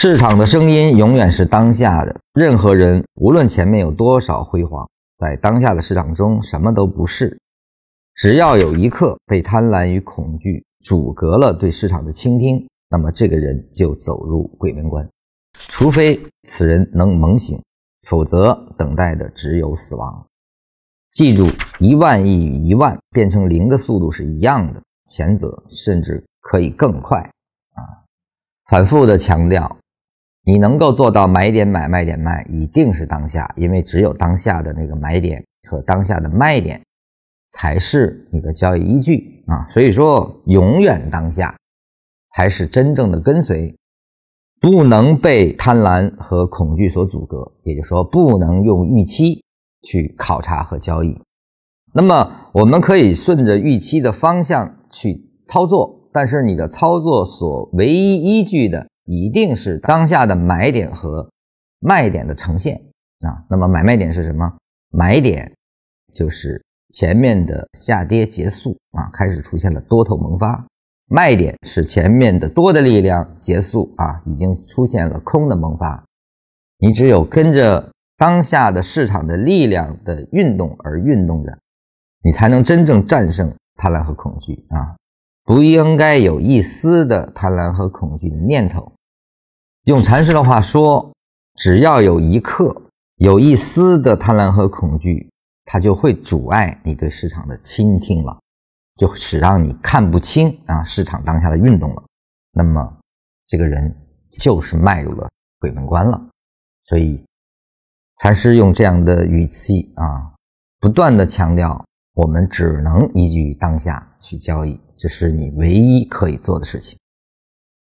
市场的声音永远是当下的，任何人无论前面有多少辉煌，在当下的市场中什么都不是。只要有一刻被贪婪与恐惧阻隔了对市场的倾听，那么这个人就走入鬼门关。除非此人能猛醒，否则等待的只有死亡。记住，10000亿与10000变成0的速度是一样的，前者甚至可以更快。反复的强调，你能够做到买点买卖点卖，一定是当下，因为只有当下的那个买点和当下的卖点才是你的交易依据所以说永远当下才是真正的跟随，不能被贪婪和恐惧所阻隔，也就是说不能用预期去考察和交易。那么我们可以顺着预期的方向去操作，但是你的操作所唯一依据的一定是当下的买点和卖点的呈现那么买卖点是什么？买点就是前面的下跌结束开始出现了多头萌发，卖点是前面的多的力量结束已经出现了空的萌发。你只有跟着当下的市场的力量的运动而运动着，你才能真正战胜贪婪和恐惧不应该有一丝的贪婪和恐惧的念头。用禅师的话说，只要有一刻有一丝的贪婪和恐惧，它就会阻碍你对市场的倾听了，就使让你看不清市场当下的运动了，那么这个人就是迈入了鬼门关了。所以禅师用这样的语气不断的强调，我们只能依据当下去交易，这是你唯一可以做的事情。